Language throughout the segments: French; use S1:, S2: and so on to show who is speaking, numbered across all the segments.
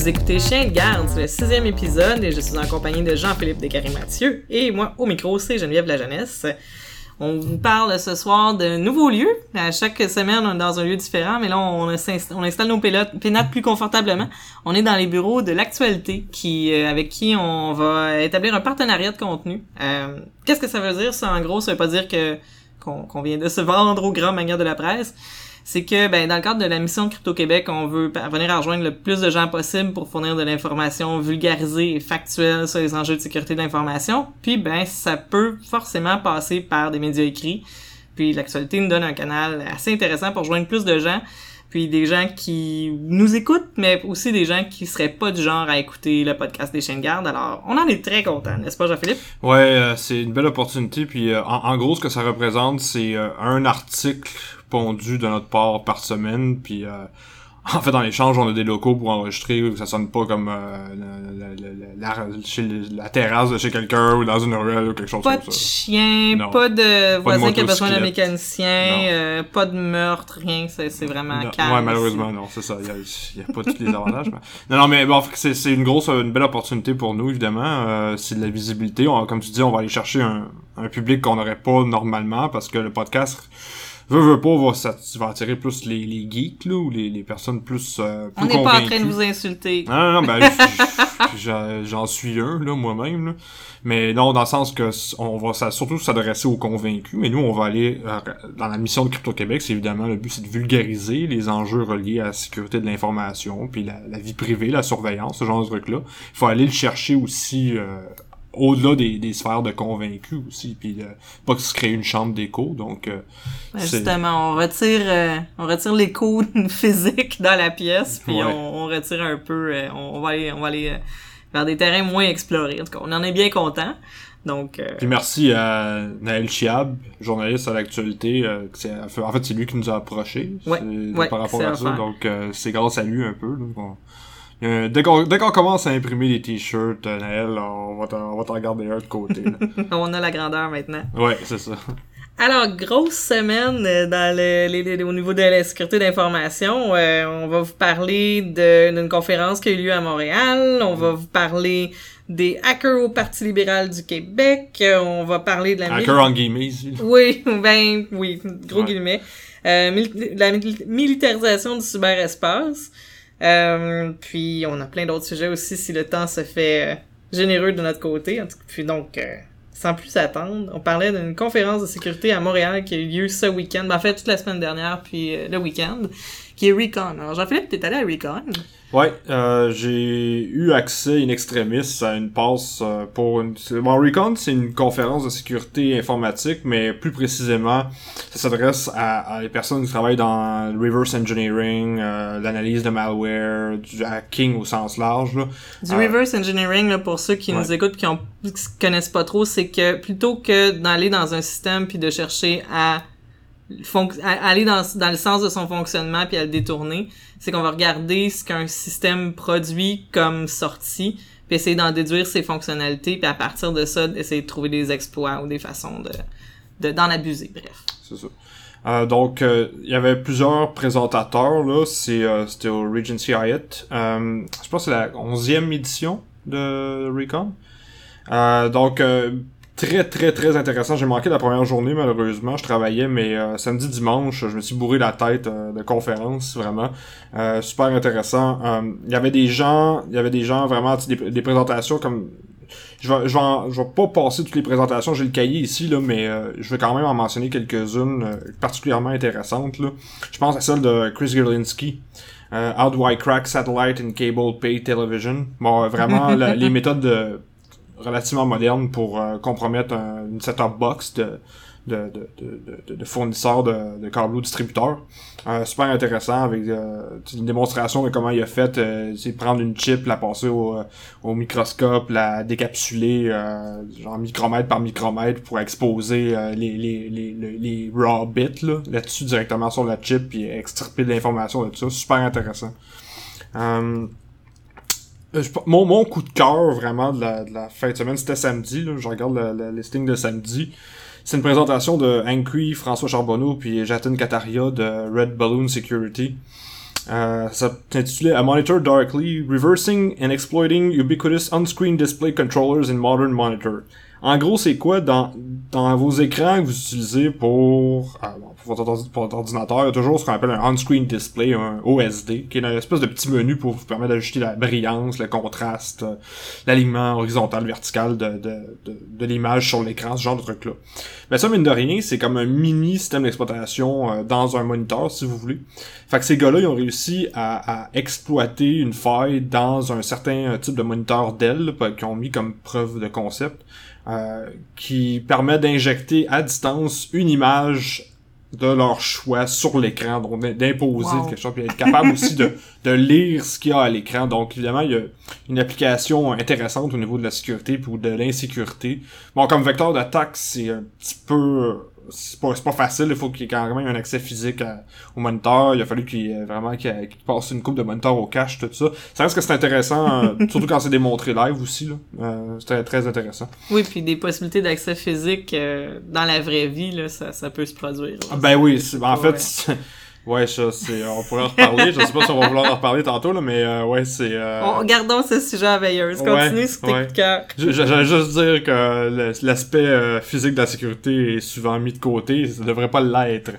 S1: écoutez Chien de garde, c'est le 6e épisode et je suis en compagnie de Jean-Philippe Descaries-Mathieu et moi, au micro, c'est Geneviève Lajeunesse. On vous parle ce soir de nouveaux lieux. À chaque semaine, on est dans un lieu différent, mais là, on installe nos pénates plus confortablement. On est dans les bureaux de l'actualité avec qui on va établir un partenariat de contenu. Qu'est-ce que ça veut dire, ça? En gros, ça veut pas dire qu'on vient de se vendre aux grands manières de la presse. C'est que, dans le cadre de la mission de Crypto-Québec, on veut venir rejoindre le plus de gens possible pour fournir de l'information vulgarisée et factuelle sur les enjeux de sécurité de l'information. Puis, ça peut forcément passer par des médias écrits. Puis, l'actualité nous donne un canal assez intéressant pour joindre plus de gens. Puis, des gens qui nous écoutent, mais aussi des gens qui seraient pas du genre à écouter le podcast des Chiens de garde. Alors, on en est très contents, n'est-ce pas, Jean-Philippe?
S2: Ouais, c'est une belle opportunité. Puis, en gros, ce que ça représente, c'est un article pondu de notre part par semaine, puis en fait, dans l'échange, on a des locaux pour enregistrer, que ça sonne pas comme la terrasse de chez quelqu'un ou dans une ruelle ou quelque chose comme ça.
S1: Pas de chien, pas de voisin qui a besoin d'un mécanicien, pas de meurtre, rien, c'est vraiment calme.
S2: Ouais, malheureusement, non, c'est ça. Il y a pas tous les avantages. Non, mais bon, c'est une belle opportunité pour nous, évidemment. C'est de la visibilité. Comme tu dis, on va aller chercher un public qu'on n'aurait pas normalement, parce que le podcast veut pas, va attirer plus les geeks, là, ou les personnes plus
S1: on n'est pas en train de vous insulter.
S2: Non, j'en suis un, là, moi-même, là. Mais non, dans le sens que on va surtout s'adresser aux convaincus, mais nous, on va aller dans la mission de Crypto-Québec, c'est évidemment, le but, c'est de vulgariser les enjeux reliés à la sécurité de l'information, puis la vie privée, la surveillance, ce genre de trucs-là. Il faut aller le chercher aussi, au-delà des sphères de convaincus aussi, puis pas que se crée une chambre d'écho, donc
S1: justement, on retire l'écho physique dans la pièce, puis on retire un peu, on va aller vers des terrains moins explorés. En tout cas, on en est bien content. Donc
S2: puis merci à Naël Chiab, journaliste à l'actualité, en fait c'est lui qui nous a approchés par rapport à ça, donc c'est grâce à lui un peu, là, dès qu'on commence à imprimer des t-shirts, Naël, on va t'en garder un de côté. Là.
S1: On a la grandeur maintenant.
S2: Ouais, c'est ça.
S1: Alors, grosse semaine au niveau de la sécurité d'information. On va vous parler d'une conférence qui a eu lieu à Montréal. On va vous parler des hackers au Parti libéral du Québec. On va parler de la...
S2: Hackers en guillemets.
S1: Oui, gros guillemets. La militarisation du cyberespace. Puis on a plein d'autres sujets aussi si le temps se fait généreux de notre côté. Puis donc, sans plus attendre, on parlait d'une conférence de sécurité à Montréal qui a eu lieu ce week-end, en fait toute la semaine dernière, puis le week-end, qui est Recon. Alors Jean-Philippe, t'es allé à Recon?
S2: Ouais, j'ai eu accès in extremis à une passe Recon, c'est une conférence de sécurité informatique, mais plus précisément, ça s'adresse à les personnes qui travaillent dans le reverse engineering, l'analyse de malware, du hacking au sens large, là.
S1: Du reverse engineering, là, pour ceux qui nous écoutent, qui connaissent pas trop, c'est que plutôt que d'aller dans un système puis de chercher à aller dans le sens de son fonctionnement puis à le détourner, c'est qu'on va regarder ce qu'un système produit comme sortie puis essayer d'en déduire ses fonctionnalités puis à partir de ça essayer de trouver des exploits ou des façons d'en abuser, bref.
S2: C'est ça. Donc il y avait plusieurs présentateurs là, c'était au Regency Hyatt. Je pense que c'est la 11e édition de Recon. Donc très, très, très intéressant. J'ai manqué la première journée, malheureusement. Je travaillais, mais samedi, dimanche, je me suis bourré la tête de conférences, vraiment. Super intéressant. Il y avait des gens vraiment, des présentations comme... Je vais pas passer toutes les présentations, j'ai le cahier ici, là, mais je vais quand même en mentionner quelques-unes particulièrement intéressantes, là. Je pense à celle de Chris Gerlinski. How do I crack satellite and cable pay television? Bon, vraiment, les méthodes relativement moderne pour compromettre une set-top box de fournisseurs de câbles distributeurs. Super intéressant avec une démonstration de comment il a fait prendre une chip, la passer au microscope, la décapsuler genre micromètre par micromètre pour exposer les raw bits là-dessus directement sur la chip puis extirper de l'information de tout ça. Super intéressant. Mon coup de cœur vraiment de la fin de semaine, c'était samedi, là. Je regarde le listing de samedi. C'est une présentation de Ankri, François Charbonneau puis Jatin Kataria de Red Balloon Security. Ça s'intitulait A Monitor Darkly, Reversing and Exploiting Ubiquitous On-Screen Display Controllers in Modern Monitor. En gros, c'est quoi dans vos écrans que vous utilisez pour votre ordinateur, il y a toujours ce qu'on appelle un on-screen display, un OSD, qui est une espèce de petit menu pour vous permettre d'ajuster la brillance, le contraste, l'alignement horizontal, vertical de l'image sur l'écran, ce genre de truc-là. Mais ça, mine de rien, c'est comme un mini système d'exploitation dans un moniteur, si vous voulez. Fait que ces gars-là, ils ont réussi à exploiter une faille dans un certain type de moniteur Dell, qu'ils ont mis comme preuve de concept, qui permet d'injecter à distance une image de leur choix sur l'écran, donc d'imposer quelque chose, puis être capable aussi de lire ce qu'il y a à l'écran. Donc évidemment, il y a une application intéressante au niveau de la sécurité ou de l'insécurité. Bon, comme vecteur d'attaque, c'est un petit peu... C'est pas facile, il faut qu'il y ait quand même un accès physique au moniteur, il a fallu qu'il passe une coupe de moniteur au cache, tout ça. Ça reste que c'est intéressant, surtout quand c'est démontré live aussi, là. C'était très intéressant.
S1: Oui, puis des possibilités d'accès physique dans la vraie vie, là, ça peut se produire. Là.
S2: Ben oui, en fait... Ouais, ça, on pourrait en reparler. Je sais pas si on va vouloir en reparler tantôt, là, mais ouais, c'est...
S1: Gardons ce sujet à veilleuse. Continue sur tes coups de cœur.
S2: J'allais juste dire que l'aspect physique de la sécurité est souvent mis de côté. Ça devrait pas l'être.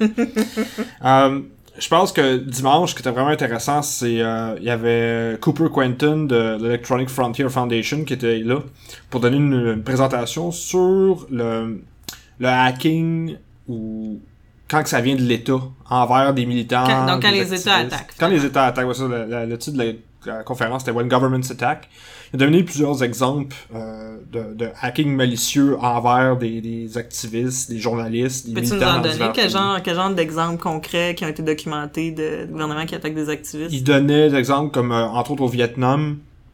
S2: Je pense que dimanche, ce qui était vraiment intéressant, c'est il y avait Cooper Quentin de l'Electronic Frontier Foundation qui était là pour donner une présentation sur le hacking ou... quand que ça vient de l'État envers des militants.
S1: Quand les États attaquent.
S2: Quand les États attaquent, ça, le titre de la conférence c'était When Governments Attack. Il a donné plusieurs exemples de hacking malicieux envers des activistes, des journalistes, des militants.
S1: Peux-tu nous en donner? Quel genre d'exemples concrets qui ont été documentés de gouvernements qui attaquent des activistes?
S2: Il donnait des exemples comme, entre autres, au Vietnam,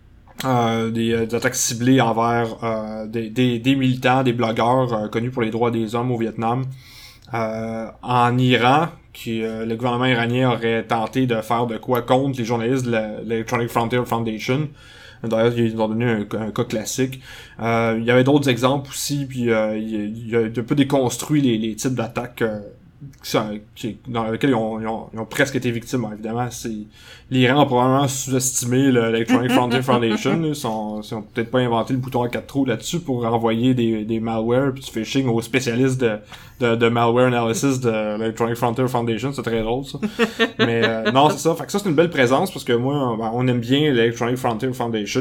S2: des attaques ciblées envers des militants, des blogueurs connus pour les droits des hommes au Vietnam. En Iran, le gouvernement iranien aurait tenté de faire de quoi contre les journalistes de l'Electronic Frontier Foundation. D'ailleurs, ils ont donné un cas classique. Il y avait d'autres exemples aussi, puis il a un peu déconstruit les types d'attaques dans lesquels ils ont presque été victimes. Bon, évidemment, l'Iran a probablement sous-estimé l'Electronic Frontier Foundation. Ils ont peut-être pas inventé le bouton à 4 trous là-dessus pour envoyer des malwares puis du phishing aux spécialistes de malware analysis de l'Electronic Frontier Foundation. C'est très drôle, ça. Mais non, c'est ça. Fait que ça, c'est une belle présence parce que moi, on aime bien l'Electronic Frontier Foundation.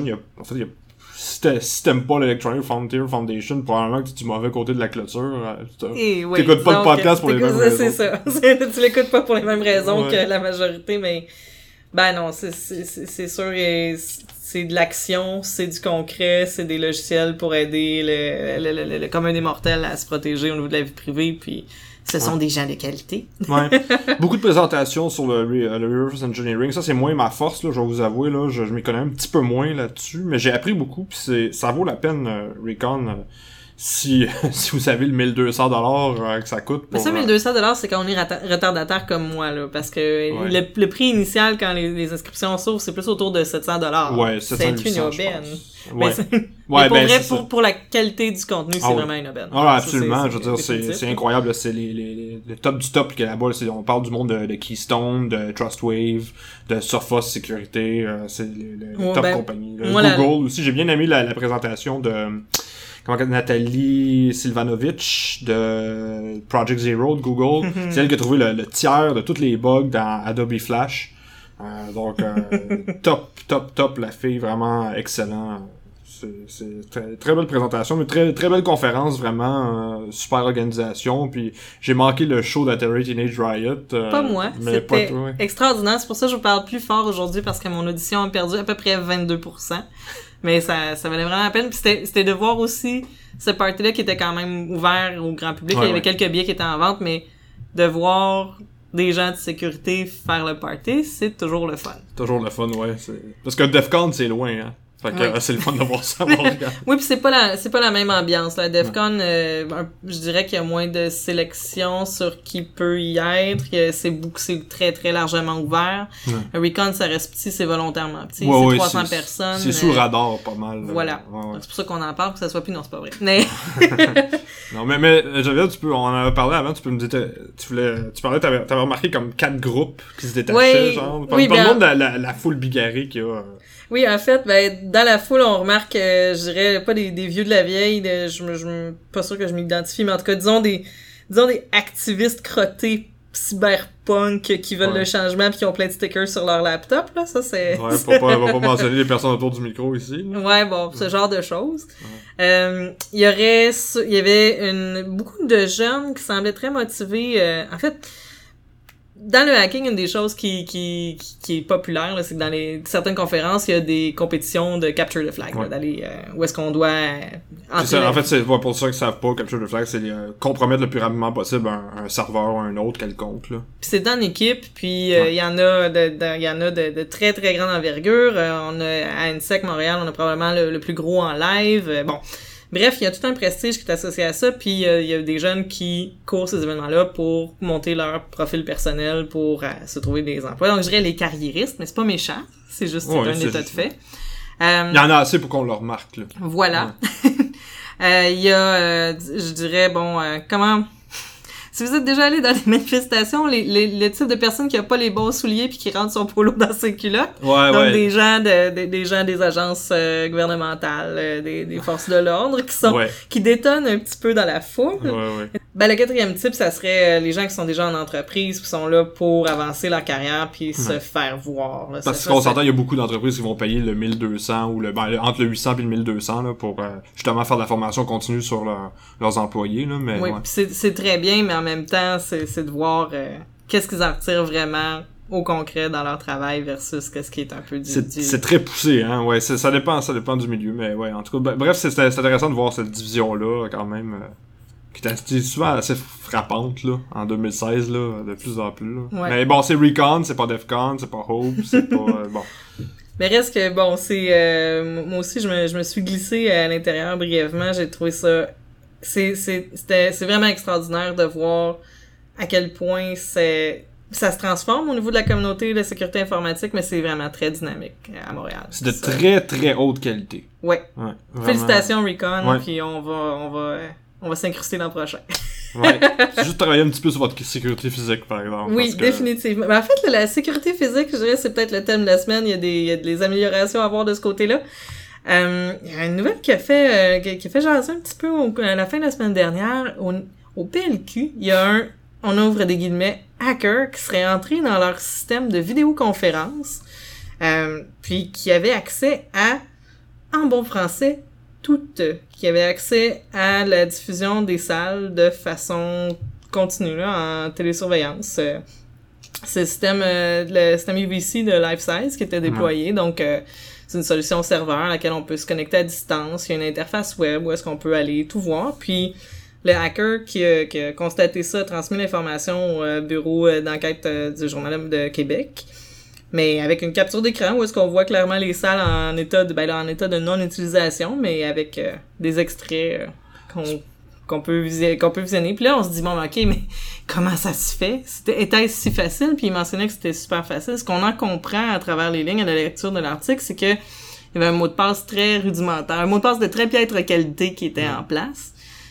S2: Si t'aimes pas l'Electronic Frontier Foundation, probablement que tu es du mauvais côté de la clôture. T'écoutes pas le podcast pour les mêmes raisons.
S1: C'est ça. Tu l'écoutes pas pour les mêmes raisons que la majorité, mais ben non, c'est sûr, c'est de l'action, c'est du concret, c'est des logiciels pour aider le commun des mortels à se protéger au niveau de la vie privée, puis ce sont des gens de qualité.
S2: Ouais. Beaucoup de présentations sur le reverse engineering. Ça, c'est moins ma force, là, je vais vous avouer. Là, je m'y connais un petit peu moins là-dessus, mais j'ai appris beaucoup, puis ça vaut la peine, Recon, si vous avez le 1200$ que ça coûte.
S1: Mais ça, 1200$, c'est quand on est retardataire comme moi, là, parce que le prix initial quand les inscriptions s'ouvrent, c'est plus autour de 700$.
S2: Ouais, 700$.
S1: C'est une aubaine.
S2: Ouais.
S1: Mais pour vrai, pour la qualité du contenu, c'est vraiment une aubaine.
S2: Ah, absolument. Je veux dire, c'est incroyable. C'est le top du top qui est là-bas. On parle du monde de Keystone, de Trustwave, de Sophos Sécurité. C'est les top compagnies. Google aussi. J'ai bien aimé la présentation de Nathalie Silvanovic de Project Zero de Google. C'est elle qui a trouvé le tiers de tous les bugs dans Adobe Flash. Donc, top, la fille, vraiment excellent. C'est très belle présentation, mais très belle conférence, vraiment, super organisation. Puis j'ai manqué le show d'Atari Teenage Riot.
S1: Pas moi, c'était extraordinaire. C'est pour ça que je vous parle plus fort aujourd'hui, parce que mon audition a perdu à peu près 22%. Mais ça valait vraiment la peine. Puis c'était de voir aussi ce party-là qui était quand même ouvert au grand public. Il y avait quelques billets qui étaient en vente, mais de voir des gens de sécurité faire le party, c'est toujours le fun.
S2: Toujours le fun, ouais. Parce que DEFCON, c'est loin, hein. Fait que
S1: Oui.
S2: c'est le fun de voir ça à Montréal.
S1: Oui, puis c'est pas la même ambiance. La DEFCON, je dirais qu'il y a moins de sélection sur qui peut y être. C'est très, très largement ouvert. Recon, ça reste petit, c'est volontairement petit.
S2: Ouais,
S1: c'est 300 personnes.
S2: C'est sous le radar, pas mal.
S1: Voilà.
S2: Ouais.
S1: Donc, c'est pour ça qu'on en parle, que ça soit plus... Non, c'est pas vrai. Mais...
S2: Non, mais Javier, on en avait parlé avant, tu peux me dire, tu parlais, t'avais remarqué comme 4 groupes qui se détachaient, genre. Parle-nous de la foule bigarrée qu'il y a.
S1: Oui, en fait, dans la foule, on remarque, je dirais, pas des vieux de la vieille, je pas sûr que je m'identifie, mais en tout cas, disons des activistes crottés cyberpunk qui veulent le changement pis qui ont plein de stickers sur leur laptop, là, ça c'est...
S2: Ouais, on va pas mentionner les personnes autour du micro ici. Là.
S1: Ouais, bon, ce genre de choses. Il y avait beaucoup de jeunes qui semblaient très motivés, en fait... Dans le hacking, une des choses qui est populaire, là, c'est que dans certaines conférences, il y a des compétitions de capture the flag, là, d'aller où est-ce qu'on doit
S2: en fait, c'est pour ça qu'ils savent pas capture the flag, c'est compromettre le plus rapidement possible un serveur ou un autre quelconque. Là.
S1: Puis c'est en équipe, puis il y en a de très très grande envergure. On a à INSEC Montréal, on a probablement le plus gros en live. Bon. Bref, il y a tout un prestige qui est associé à ça, puis il y a des jeunes qui courent ces événements-là pour monter leur profil personnel, pour se trouver des emplois. Donc, je dirais les carriéristes, mais c'est pas méchant, c'est juste un état de fait.
S2: Il y en a assez pour qu'on le remarque. Là.
S1: Voilà. Il y a, je dirais, comment... Si vous êtes déjà allé dans les manifestations, le type de personne qui a pas les bons souliers puis qui rentre son polo dans ses culottes.
S2: Ouais,
S1: donc des gens des agences gouvernementales, des forces de l'ordre qui détonnent un petit peu dans la foule.
S2: Ouais.
S1: Le 4e type, ça serait les gens qui sont déjà en entreprise qui sont là pour avancer leur carrière puis se faire voir. Là.
S2: Parce qu'on s'entend, il y a beaucoup d'entreprises qui vont payer le 1200 ou entre le 800 et le 1200 là, pour justement faire de la formation continue sur leurs employés. Là, mais,
S1: oui, c'est très bien, mais en même temps, c'est de voir qu'est-ce qu'ils en retirent vraiment au concret dans leur travail versus qu'est-ce qui est un peu
S2: c'est très poussé, hein, ouais, ça dépend du milieu, mais ouais, en tout cas, bref, c'est intéressant de voir cette division-là, quand même, qui est souvent assez frappante, là, en 2016, là, de plus en plus, là.
S1: Ouais.
S2: Mais bon, c'est Recon, c'est pas DEFCON, c'est pas Hope, c'est pas, bon.
S1: Mais reste que, bon, c'est, moi aussi, je me suis glissée à l'intérieur brièvement, j'ai trouvé ça, c'est vraiment extraordinaire de voir à quel point ça se transforme au niveau de la communauté de sécurité informatique, mais c'est vraiment très dynamique à Montréal.
S2: C'est de très, très haute qualité.
S1: Ouais. Félicitations, Recon,
S2: ouais.
S1: Puis on va s'incruster l'an prochain.
S2: Ouais. C'est juste travailler un petit peu sur votre sécurité physique, par exemple.
S1: Oui, définitivement. Mais en fait, la sécurité physique, je dirais, c'est peut-être le thème de la semaine. Il y a des améliorations à voir de ce côté-là. Il y a une nouvelle qui a fait jaser un petit peu à la fin de la semaine dernière. Au PLQ, il y a on ouvre des guillemets, hacker qui serait entré dans leur système de vidéoconférence, puis qui avait accès à, en bon français, qui avait accès à la diffusion des salles de façon continue, là, en télésurveillance. C'est le système UVC de LifeSize qui était déployé, donc c'est une solution serveur à laquelle on peut se connecter à distance. Il y a une interface web où est-ce qu'on peut aller tout voir, puis le hacker qui a constaté ça a transmis l'information au bureau d'enquête du Journal de Québec, mais avec une capture d'écran où est-ce qu'on voit clairement les salles en état de non-utilisation, mais avec des extraits qu'on peut visionner. Puis là, on se dit, bon, ok, mais comment ça se fait? Était-ce si facile? Puis il mentionnait que c'était super facile. Ce qu'on en comprend à travers les lignes à la lecture de l'article, c'est que il y avait un mot de passe très rudimentaire, un mot de passe de très piètre qualité qui était en place.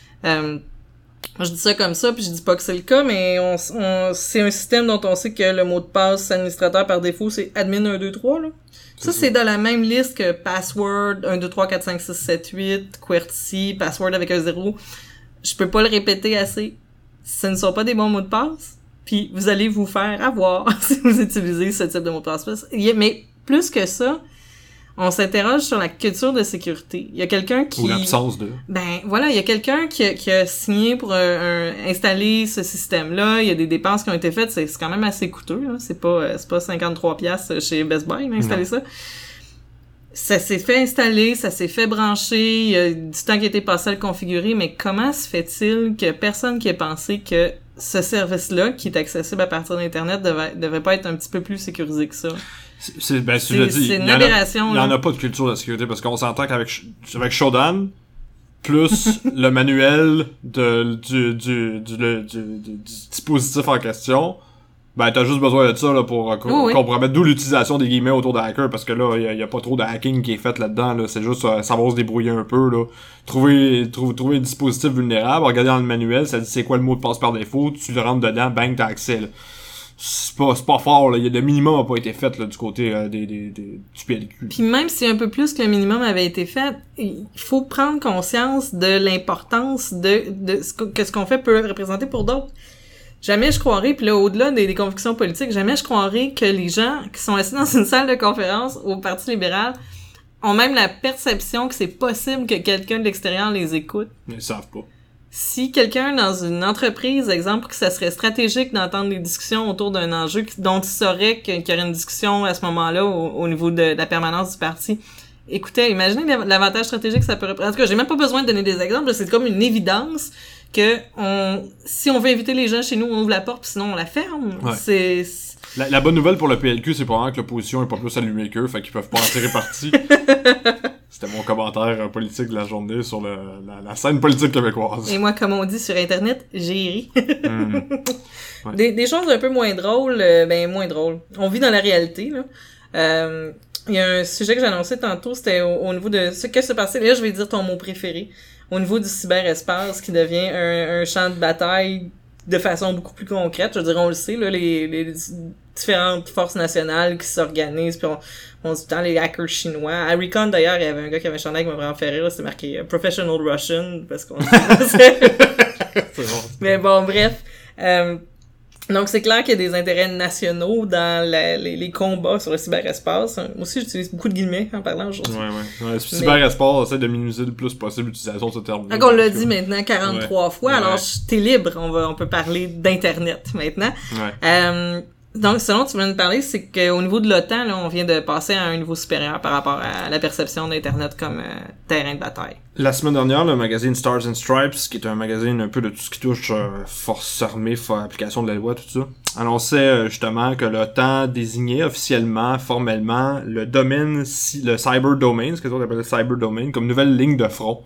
S1: Je dis ça comme ça, puis je dis pas que c'est le cas, mais c'est un système dont on sait que le mot de passe administrateur par défaut, c'est admin 123, là. Ça, c'est dans la même liste que password 1, 2, 3, 4, 5, 6, 7, 8, QWERTY, password avec un 0. Je peux pas le répéter assez. Ce ne sont pas des bons mots de passe, puis vous allez vous faire avoir si vous utilisez ce type de mot de passe. Mais plus que ça, on s'interroge sur la culture de sécurité. Il y a quelqu'un qui...
S2: Ou l'absence de...
S1: Ben, voilà, il y a quelqu'un qui a signé pour installer ce système-là. Il y a des dépenses qui ont été faites. C'est quand même assez coûteux, là. C'est pas 53$ chez Best Buy, d'installer ça. Ça s'est fait installer, ça s'est fait brancher. Il y a du temps qui a été passé à le configurer. Mais comment se fait-il que personne qui ait pensé que ce service-là, qui est accessible à partir d'Internet, devait pas être un petit peu plus sécurisé que ça?
S2: tu l'as dit,
S1: c'est une aberration.
S2: Il y en a pas de culture de sécurité parce qu'on s'entend qu'avec Shodan, plus le manuel du dispositif en question, ben t'as juste besoin de ça là pour compromettre, d'où l'utilisation des guillemets autour de hacker, parce que là il y a pas trop de hacking qui est fait là-dedans là, c'est juste savoir se débrouiller un peu là, trouver un dispositif vulnérable, regarder dans le manuel, ça dit c'est quoi le mot de passe par défaut, tu le rentres dedans, bang, t'as accès là. C'est pas fort là, le minimum a pas été fait là du côté du PLQ.
S1: Puis même si un peu plus que le minimum avait été fait, il faut prendre conscience de l'importance de ce qu'on fait peut représenter pour d'autres. Jamais je croirais, puis là, au-delà des convictions politiques, jamais je croirais que les gens qui sont assis dans une salle de conférence au Parti libéral ont même la perception que c'est possible que quelqu'un de l'extérieur les écoute.
S2: Mais ils savent pas.
S1: Si quelqu'un dans une entreprise, exemple, que ça serait stratégique d'entendre des discussions autour d'un enjeu dont il saurait qu'il y aurait une discussion à ce moment-là au niveau de la permanence du parti, écoutez, imaginez l'avantage stratégique que ça peut représenter. En tout cas, j'ai même pas besoin de donner des exemples, c'est comme une évidence que si on veut inviter les gens chez nous, on ouvre la porte, puis sinon on la ferme.
S2: Ouais. La bonne nouvelle pour le PLQ, c'est probablement que l'opposition est pas plus allumée qu'eux, fait qu'ils peuvent pas en tirer parti. C'était mon commentaire politique de la journée sur la scène politique québécoise.
S1: Et moi, comme on dit sur Internet, j'ai ri.
S2: Ouais.
S1: Des choses un peu moins drôles, moins drôles. On vit dans la réalité, là. Il y a un sujet que j'ai annoncé tantôt, c'était au niveau de ce que se passait. Là, je vais dire ton mot préféré. Au niveau du cyberespace, qui devient un champ de bataille de façon beaucoup plus concrète. Je veux dire, on le sait, là, les différentes forces nationales qui s'organisent, puis on dit tout le temps les hackers chinois. À Recon, d'ailleurs, il y avait un gars qui avait un chandail qui m'a vraiment fait rire, c'était marqué « Professional Russian », parce qu'on...
S2: C'est bon.
S1: Mais bon, bref. Donc, c'est clair qu'il y a des intérêts nationaux dans les combats sur le cyberespace. Moi aussi, j'utilise beaucoup de guillemets en parlant aujourd'hui.
S2: Ouais. Cyberespace, on essaie de minimiser le plus possible l'utilisation de ce terme.
S1: Donc, on l'a dit maintenant 43 fois, alors t'es libre, on peut parler d'Internet maintenant.
S2: Ouais.
S1: Donc, ce dont tu viens de parler, c'est qu'au niveau de l'OTAN, là, on vient de passer à un niveau supérieur par rapport à la perception d'Internet comme terrain de bataille.
S2: La semaine dernière, le magazine Stars and Stripes, qui est un magazine un peu de tout ce qui touche forces armées, application de la loi, tout ça, annonçait justement que l'OTAN désignait officiellement, formellement, le domaine, le cyber domain, ce que les autres appellent le cyber domain, comme nouvelle ligne de front.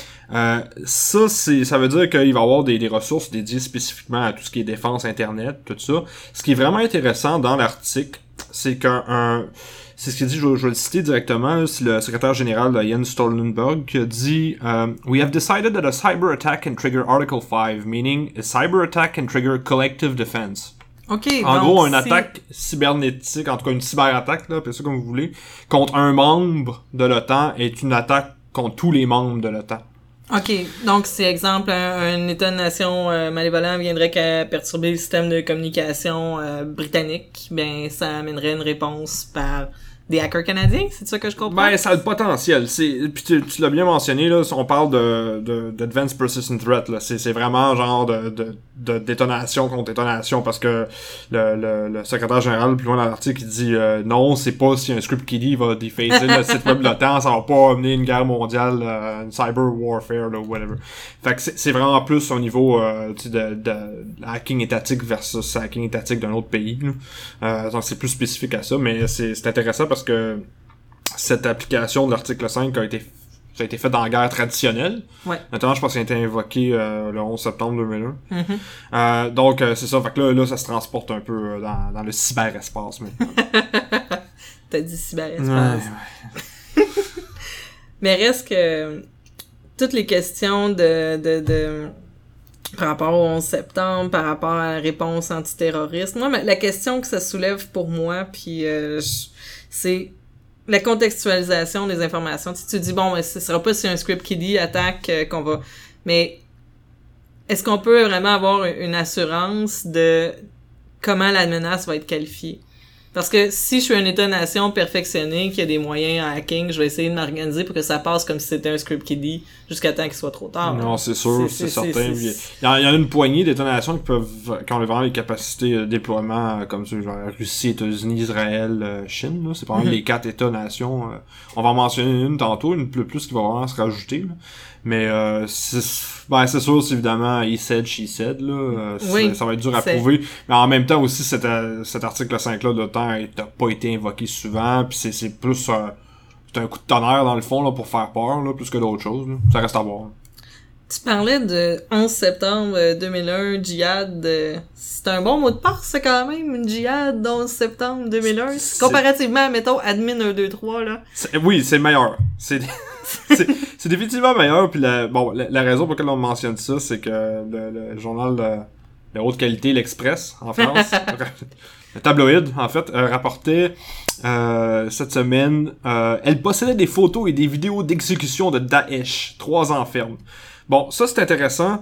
S2: Ça veut dire qu'il va y avoir des ressources dédiées spécifiquement à tout ce qui est défense internet, tout ça. Ce qui est vraiment intéressant dans l'article, c'est c'est ce qu'il dit, je vais le citer directement, là, c'est le secrétaire général de Jens Stoltenberg qui a dit We have decided that a cyber attack can trigger Article 5, meaning a cyber attack can trigger collective defense.
S1: Okay,
S2: en gros, une attaque cybernétique, en tout cas une cyberattaque, là, appelez ça comme vous voulez, contre un membre de l'OTAN est une attaque contre tous les membres de l'OTAN.
S1: OK. Donc, si, exemple, un État-nation malévolent viendrait qu'à perturber le système de communication britannique, ben, ça amènerait une réponse par des hackers canadiens, c'est ça que je comprends?
S2: Ben, ça a le potentiel. Puis tu l'as bien mentionné, là, on parle d'Advanced Persistent Threat, là. C'est vraiment genre de détonation contre détonation, parce que le secrétaire général, plus loin dans l'article, il dit non, c'est pas si un script kiddie va déphaser le site web de l'OTAN, ça va pas amener une guerre mondiale, une cyber warfare, là, whatever. Fait que c'est vraiment plus au niveau de hacking étatique versus hacking étatique d'un autre pays, là. Donc c'est plus spécifique à ça, mais c'est intéressant parce que cette application de l'article 5 ça a été fait dans la guerre traditionnelle.
S1: Ouais.
S2: Notamment, je pense qu'il a été invoqué le 11 septembre 2001.
S1: Mm-hmm.
S2: Donc, c'est ça. Fait que là, ça se transporte un peu dans le cyberespace maintenant.
S1: T'as dit cyberespace.
S2: Ouais.
S1: Mais reste que toutes les questions de par rapport au 11 septembre, par rapport à la réponse antiterroriste, moi, la question que ça soulève pour moi, puis c'est la contextualisation des informations. Tu dis, bon, ce sera pas si un script kiddie attaque qu'on va... Mais est-ce qu'on peut vraiment avoir une assurance de comment la menace va être qualifiée? Parce que si je suis un État-nation perfectionné, qui a des moyens en hacking, je vais essayer de m'organiser pour que ça passe comme si c'était un script kiddie jusqu'à temps qu'il soit trop tard.
S2: Non, c'est sûr, c'est certain. Il y en a une poignée d'États-nations qui ont vraiment les capacités de déploiement comme ça, genre Russie, États-Unis, Israël, Chine. Là. C'est pas mal les 4 États-nations. On va en mentionner une tantôt, une plus qui va vraiment se rajouter. Là. Mais c'est sûr, c'est évidemment he said, she said, là.
S1: Oui,
S2: ça va être dur à prouver. Mais en même temps aussi, cet article 5-là de temps n'a pas été invoqué souvent. Puis c'est plus c'est un coup de tonnerre dans le fond là pour faire peur là, plus que d'autres choses. Là. Ça reste à voir.
S1: Tu parlais de 11 septembre 2001, djihad. C'est un bon mot de passe, ça, quand même, une djihad 11 septembre 2001. Comparativement, mettons, admin 1, 2, 3, là.
S2: Oui, c'est meilleur. C'est définitivement meilleur. Puis la raison pour laquelle on mentionne ça, c'est que le journal de haute qualité, l'Express, en France, le tabloïd, en fait, rapportait cette semaine, elle possédait des photos et des vidéos d'exécution de Daesh, 3 ans ferme. Bon, ça c'est intéressant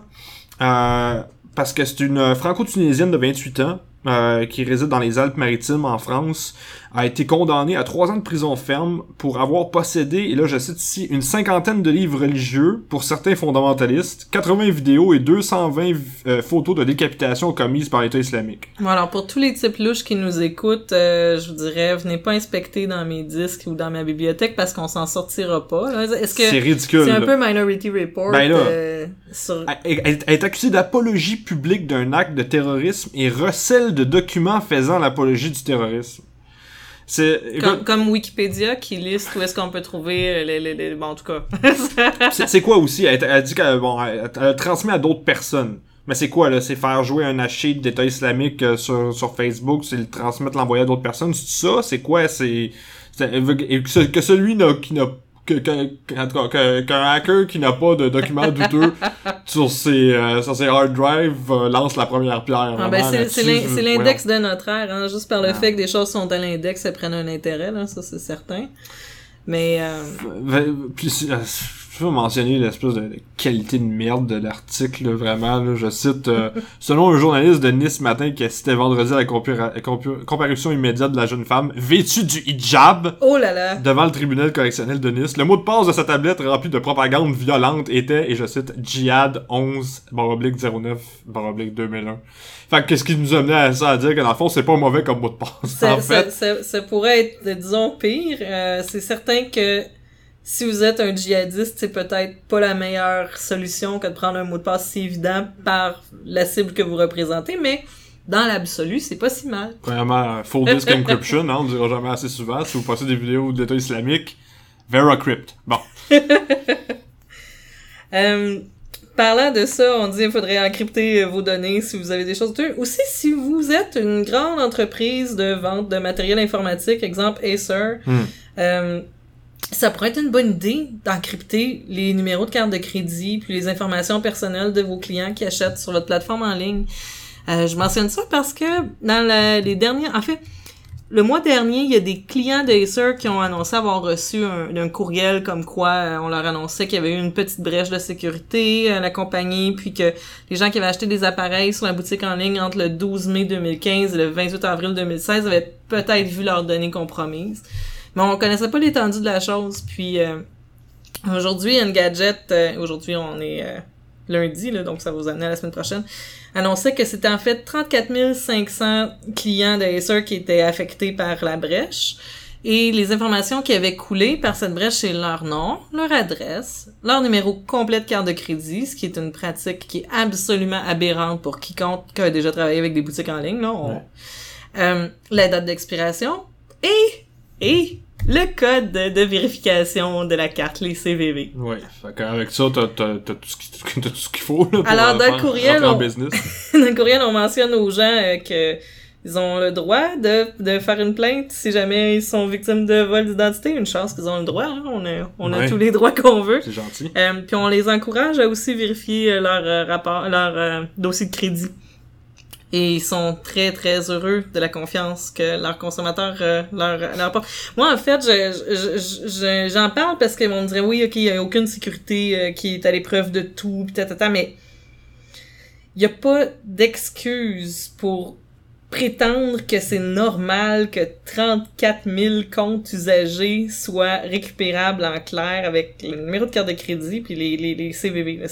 S2: parce que c'est une franco-tunisienne de 28 ans qui réside dans les Alpes-Maritimes en France, a été condamnée à 3 ans de prison ferme pour avoir possédé, et là je cite ici, une 50aine de livres religieux pour certains fondamentalistes, 80 vidéos et 220 photos de décapitation commises par l'État islamique.
S1: Bon, alors pour tous les types louches qui nous écoutent, je vous dirais, venez pas inspecter dans mes disques ou dans ma bibliothèque parce qu'on s'en sortira pas. Là. Est-ce que
S2: c'est ridicule.
S1: C'est un peu Minority Report.
S2: Ben là, elle est accusée d'apologie publique d'un acte de terrorisme et recèle de documents faisant l'apologie du terrorisme. C'est
S1: comme Wikipédia qui liste où est-ce qu'on peut trouver les bon en tout cas.
S2: c'est quoi aussi elle dit qu'elle transmet à d'autres personnes. Mais c'est quoi là, c'est faire jouer un hachis d'État islamique sur Facebook, c'est le transmettre, l'envoyer à d'autres personnes, c'est ça, c'est quoi, c'est que celui qui n'a qu'un hacker qui n'a pas de documents douteux sur ses hard drive lance la première pierre.
S1: Ah ben c'est l'index de notre ère, hein, juste par le fait que des choses sont à l'index, elles prennent un intérêt, là, ça c'est certain. Mais
S2: puis je veux mentionner l'espèce de qualité de merde de l'article, là, vraiment, là, je cite selon un journaliste de Nice Matin qui assistait vendredi à la comparution immédiate de la jeune femme vêtue du hijab devant le tribunal correctionnel de Nice. Le mot de passe de sa tablette rempli de propagande violente était, et je cite, Djihad 11/09/2001. Fait que qu'est-ce qui nous amenait à ça, à dire que dans le fond c'est pas mauvais comme mot de passe.
S1: Ça pourrait être, disons, pire. C'est certain que si vous êtes un djihadiste, c'est peut-être pas la meilleure solution que de prendre un mot de passe si évident par la cible que vous représentez, mais dans l'absolu, c'est pas si mal.
S2: Premièrement, full disk encryption, hein, on dira jamais assez souvent. Si vous passez des vidéos de l'État islamique, VeraCrypt. Bon.
S1: Parlant de ça, on dit qu'il faudrait encrypter vos données si vous avez des choses de... Aussi, si vous êtes une grande entreprise de vente de matériel informatique, exemple Acer, ça pourrait être une bonne idée d'encrypter les numéros de carte de crédit puis les informations personnelles de vos clients qui achètent sur votre plateforme en ligne. Je mentionne ça parce que dans les derniers... En fait, le mois dernier, il y a des clients d'Acer qui ont annoncé avoir reçu un courriel comme quoi on leur annonçait qu'il y avait eu une petite brèche de sécurité à la compagnie, puis que les gens qui avaient acheté des appareils sur la boutique en ligne entre le 12 mai 2015 et le 28 avril 2016 avaient peut-être vu leurs données compromises. Mais on connaissait pas l'étendue de la chose. Puis aujourd'hui, Engadget, aujourd'hui on est lundi, là, donc ça va vous amener à la semaine prochaine, annonçait que c'était en fait 34 500 clients d'Acer qui étaient affectés par la brèche. Et les informations qui avaient coulé par cette brèche, c'est leur nom, leur adresse, leur numéro complet de carte de crédit, ce qui est une pratique qui est absolument aberrante pour quiconque a déjà travaillé avec des boutiques en ligne, là. La date d'expiration et le code de vérification de la carte, les CVV.
S2: Oui, fait qu'avec ça, t'as tout ce qu'il faut là, pour
S1: alors, dans le courriel,
S2: dans le
S1: courriel, on mentionne aux gens que ils ont le droit de faire une plainte si jamais ils sont victimes de vol d'identité. Une chance qu'ils ont le droit, hein? On a tous les droits qu'on veut.
S2: C'est gentil.
S1: Puis on les encourage à aussi vérifier leur rapport, leur dossier de crédit. Et ils sont très, très heureux de la confiance que leurs consommateurs leur apportent. Moi, en fait, j'en parle parce qu'on me dirait, oui, OK, il n'y a aucune sécurité qui est à l'épreuve de tout, mais il n'y a pas d'excuse pour prétendre que c'est normal que 34 000 comptes usagés soient récupérables en clair avec le numéro de carte de crédit puis les CVV.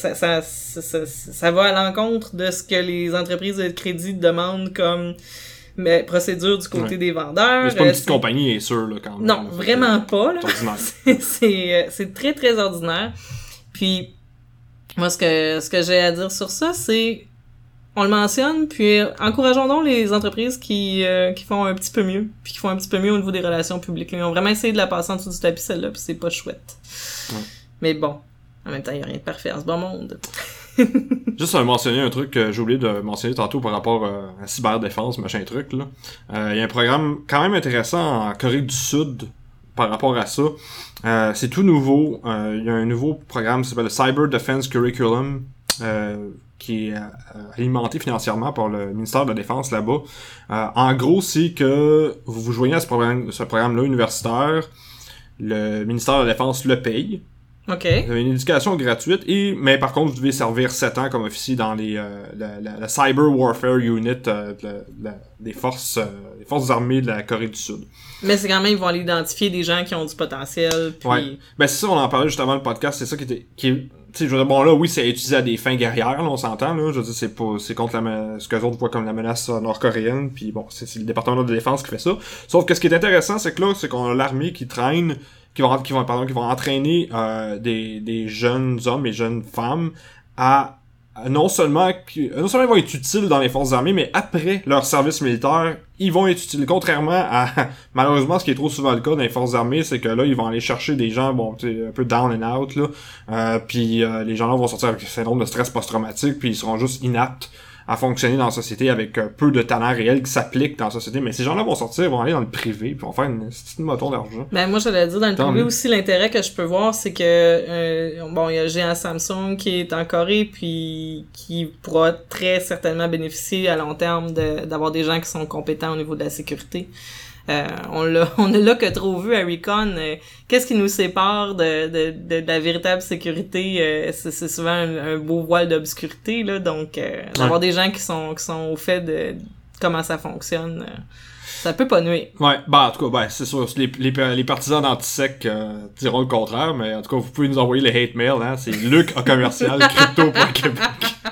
S1: Ça va à l'encontre de ce que les entreprises de crédit demandent comme procédure du côté des vendeurs.
S2: C'est pas une petite compagnie, sûr, là, quand même.
S1: Non, vraiment pas, là.
S2: C'est ordinaire.
S1: C'est très, très ordinaire. Puis, Moi, ce que j'ai à dire sur ça, c'est on le mentionne, puis encourageons donc les entreprises qui font un petit peu mieux, puis qui font un petit peu mieux au niveau des relations publiques. Ils ont vraiment essayé de la passer en dessous du tapis, celle-là, puis c'est pas chouette. Ouais. Mais bon, en même temps, il n'y a rien de parfait en ce bon monde.
S2: Juste à mentionner un truc que j'ai oublié de mentionner tantôt par rapport à la cyberdéfense, machin truc, là. Il y a un programme quand même intéressant en Corée du Sud par rapport à ça. C'est tout nouveau. Il y a un nouveau programme qui s'appelle le Cyber Defense Curriculum, qui est alimenté financièrement par le ministère de la Défense là-bas. En gros, c'est que vous vous joignez à ce programme-là universitaire, le ministère de la Défense le paye.
S1: OK.
S2: Vous avez une éducation gratuite, mais par contre, vous devez servir 7 ans comme officier dans la Cyber Warfare Unit des forces armées de la Corée du Sud.
S1: Mais c'est quand même, ils vont aller identifier des gens qui ont du potentiel. Puis...
S2: Ouais. Ben c'est ça, on en parlait juste avant le podcast, c'est ça qui est tu sais, je veux dire, bon là, oui, c'est utilisé à des fins guerrières, là, on s'entend, là, je veux dire, c'est contre ce qu'eux autres voient comme la menace nord-coréenne, puis bon, c'est le département de défense qui fait ça. Sauf que ce qui est intéressant, c'est que là, c'est qu'on a l'armée qui traîne, qui vont entraîner des jeunes hommes et jeunes femmes à non seulement ils vont être utiles dans les forces armées, mais après leur service militaire, ils vont être utiles. Contrairement à, malheureusement, ce qui est trop souvent le cas dans les forces armées, c'est que là, ils vont aller chercher des gens, bon, tu sais, un peu down and out, là, puis les gens-là vont sortir avec un syndrome de stress post-traumatique, puis ils seront juste inaptes à fonctionner dans la société avec peu de talent réel qui s'applique dans la société. Mais ces gens-là vont sortir, vont aller dans le privé, puis vont faire une petite moton d'argent.
S1: Ben, moi, j'allais dire, dans le privé aussi, l'intérêt que je peux voir, c'est que, bon, il y a le géant Samsung qui est en Corée, puis qui pourra très certainement bénéficier à long terme d'avoir des gens qui sont compétents au niveau de la sécurité. On ne l'a que trop vu à Recon. Qu'est-ce qui nous sépare de la véritable sécurité? C'est souvent un beau voile d'obscurité, là. Donc, d'avoir des gens qui sont au fait de comment ça fonctionne, ça peut pas nuire. Ouais,
S2: en tout cas, c'est sûr, les partisans d'Antisec diront le contraire, mais en tout cas, vous pouvez nous envoyer les hate mails, hein. C'est luc@crypto.québec.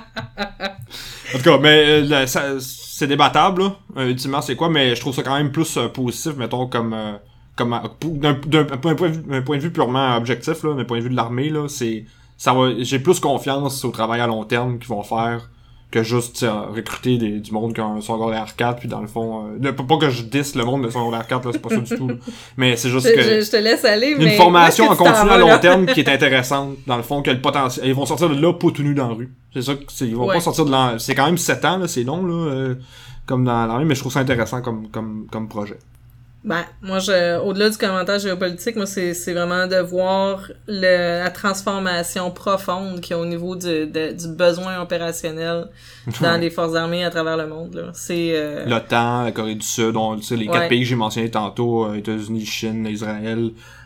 S2: En tout cas, mais c'est débattable, là. Ultimement, c'est quoi, mais je trouve ça quand même plus positif, mettons, comme d'un point de vue purement objectif, là, d'un point de vue de l'armée, là, j'ai plus confiance au travail à long terme qu'ils vont faire que juste recruter du monde qui a un secondaire 4, puis dans le fond, pas que je disse le monde de secondaire 4, là, c'est pas ça du tout, là. Mais c'est juste que
S1: je te laisse aller, mais
S2: une formation en continu à long terme qui est intéressante, dans le fond, que le potentiel, ils vont sortir de là pas tout nus dans la rue. C'est ça que ils vont pas sortir de là, c'est quand même 7 ans, là, c'est long, là, comme dans l'armée, mais je trouve ça intéressant comme projet.
S1: Ben, moi, au-delà du commentaire géopolitique, moi, c'est vraiment de voir la transformation profonde qu'il y a au niveau du besoin opérationnel dans les forces armées à travers le monde, là. C'est,
S2: l'OTAN, la Corée du Sud, les 4 pays que j'ai mentionnés tantôt, États-Unis, Chine, Israël,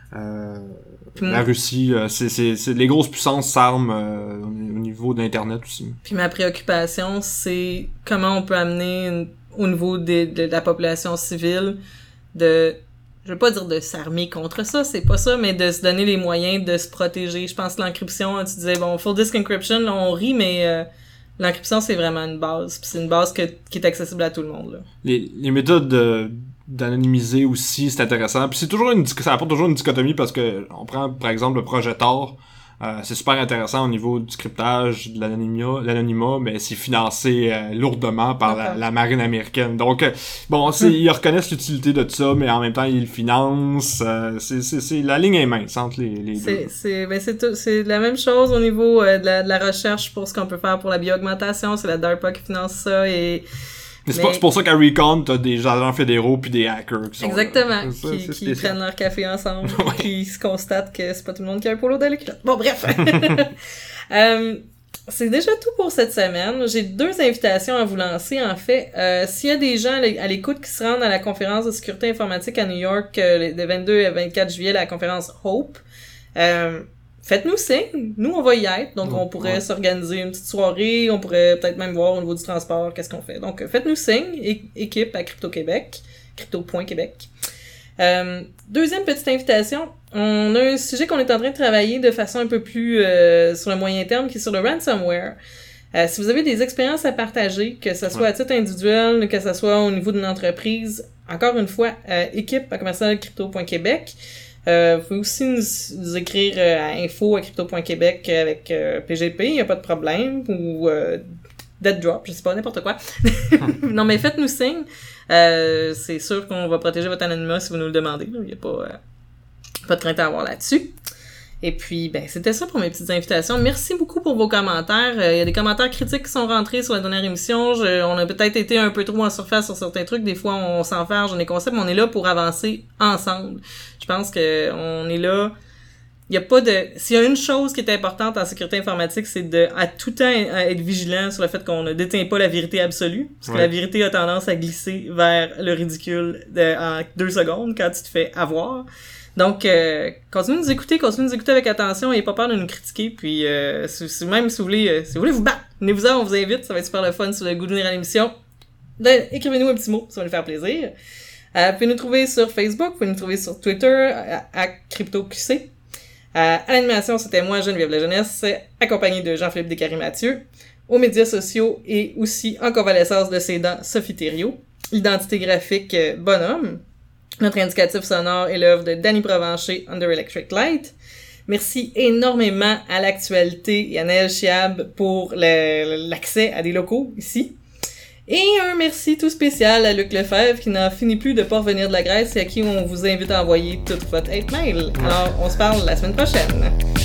S2: la Russie, c'est les grosses puissances s'arment au niveau de l'Internet aussi.
S1: Puis ma préoccupation, c'est comment on peut amener au niveau de la population civile je veux pas dire de s'armer contre ça, c'est pas ça, mais de se donner les moyens de se protéger. Je pense que l'encryption, tu disais, bon, full disk encryption, là, on rit, mais l'encryption, c'est vraiment une base. Puis c'est une base qui est accessible à tout le monde, là.
S2: Les méthodes d'anonymiser aussi, c'est intéressant. Puis ça apporte toujours une dichotomie parce que on prend, par exemple, le projet Tor. C'est super intéressant au niveau du cryptage, de l'anonymat, mais c'est financé lourdement par la marine américaine. Donc, ils reconnaissent l'utilité de ça, mais en même temps, ils le financent. La ligne est mince entre les deux.
S1: C'est la même chose au niveau de la recherche pour ce qu'on peut faire pour la bio-augmentation. C'est la DARPA qui finance ça et...
S2: C'est pour ça qu'à Recon, t'as des agents fédéraux puis des hackers qui sont
S1: exactement, qui prennent leur café ensemble puis se constatent que c'est pas tout le monde qui a un polo dans les culottes. Bon, bref. C'est déjà tout pour cette semaine. J'ai 2 invitations à vous lancer, en fait. S'il y a des gens à l'écoute qui se rendent à la conférence de sécurité informatique à New York le 22 et 24 juillet, la conférence HOPE, faites-nous signe. Nous, on va y être. Donc, on pourrait s'organiser une petite soirée. On pourrait peut-être même voir au niveau du transport qu'est-ce qu'on fait. Donc, faites-nous signe. Équipe à Crypto-Québec. Crypto.Québec. Deuxième petite invitation. On a un sujet qu'on est en train de travailler de façon un peu plus sur le moyen terme, qui est sur le ransomware. Si vous avez des expériences à partager, que ce soit à titre individuel, que ce soit au niveau d'une entreprise, encore une fois, équipe à commercial crypto.québec. Vous pouvez aussi nous écrire à info@crypto.québec avec PGP, il n'y a pas de problème, ou Dead Drop, je sais pas, n'importe quoi. Non, mais faites-nous signe. C'est sûr qu'on va protéger votre anonymat si vous nous le demandez. Il n'y a pas de crainte à avoir là-dessus. Et puis, ben, c'était ça pour mes petites invitations. Merci beaucoup pour vos commentaires. Il y a des commentaires critiques qui sont rentrés sur la dernière émission. On a peut-être été un peu trop en surface sur certains trucs. Des fois, on s'enferme dans des concepts, mais on est là pour avancer ensemble. Je pense que on est là. Il y a pas de... S'il y a une chose qui est importante en sécurité informatique, c'est de, à tout temps, être vigilant sur le fait qu'on ne détient pas la vérité absolue. Parce que la vérité a tendance à glisser vers le ridicule en 2 secondes quand tu te fais avoir. Donc, continuez de nous écouter avec attention, et pas peur de nous critiquer, puis même si vous voulez vous battre, venez-vous-en, on vous invite, ça va être super le fun si vous avez le goût de venir à l'émission. Écrivez-nous un petit mot, ça va nous faire plaisir. Vous pouvez nous trouver sur Facebook, vous pouvez nous trouver sur Twitter, à CryptoQC. À l'animation, c'était moi, Geneviève La Jeunesse, accompagnée de Jean-Philippe Descaries-Mathieu. Aux médias sociaux et aussi en convalescence de ses dents, Sophie Thériault. Identité graphique, Bonhomme. Notre indicatif sonore est l'œuvre de Danny Provencher, Under Electric Light. Merci énormément à l'Actualité et à Naël Chiab pour l'accès à des locaux ici. Et un merci tout spécial à Luc Lefebvre qui n'en finit plus de pas revenir de la Grèce et à qui on vous invite à envoyer toute votre hate mail. Alors, on se parle la semaine prochaine.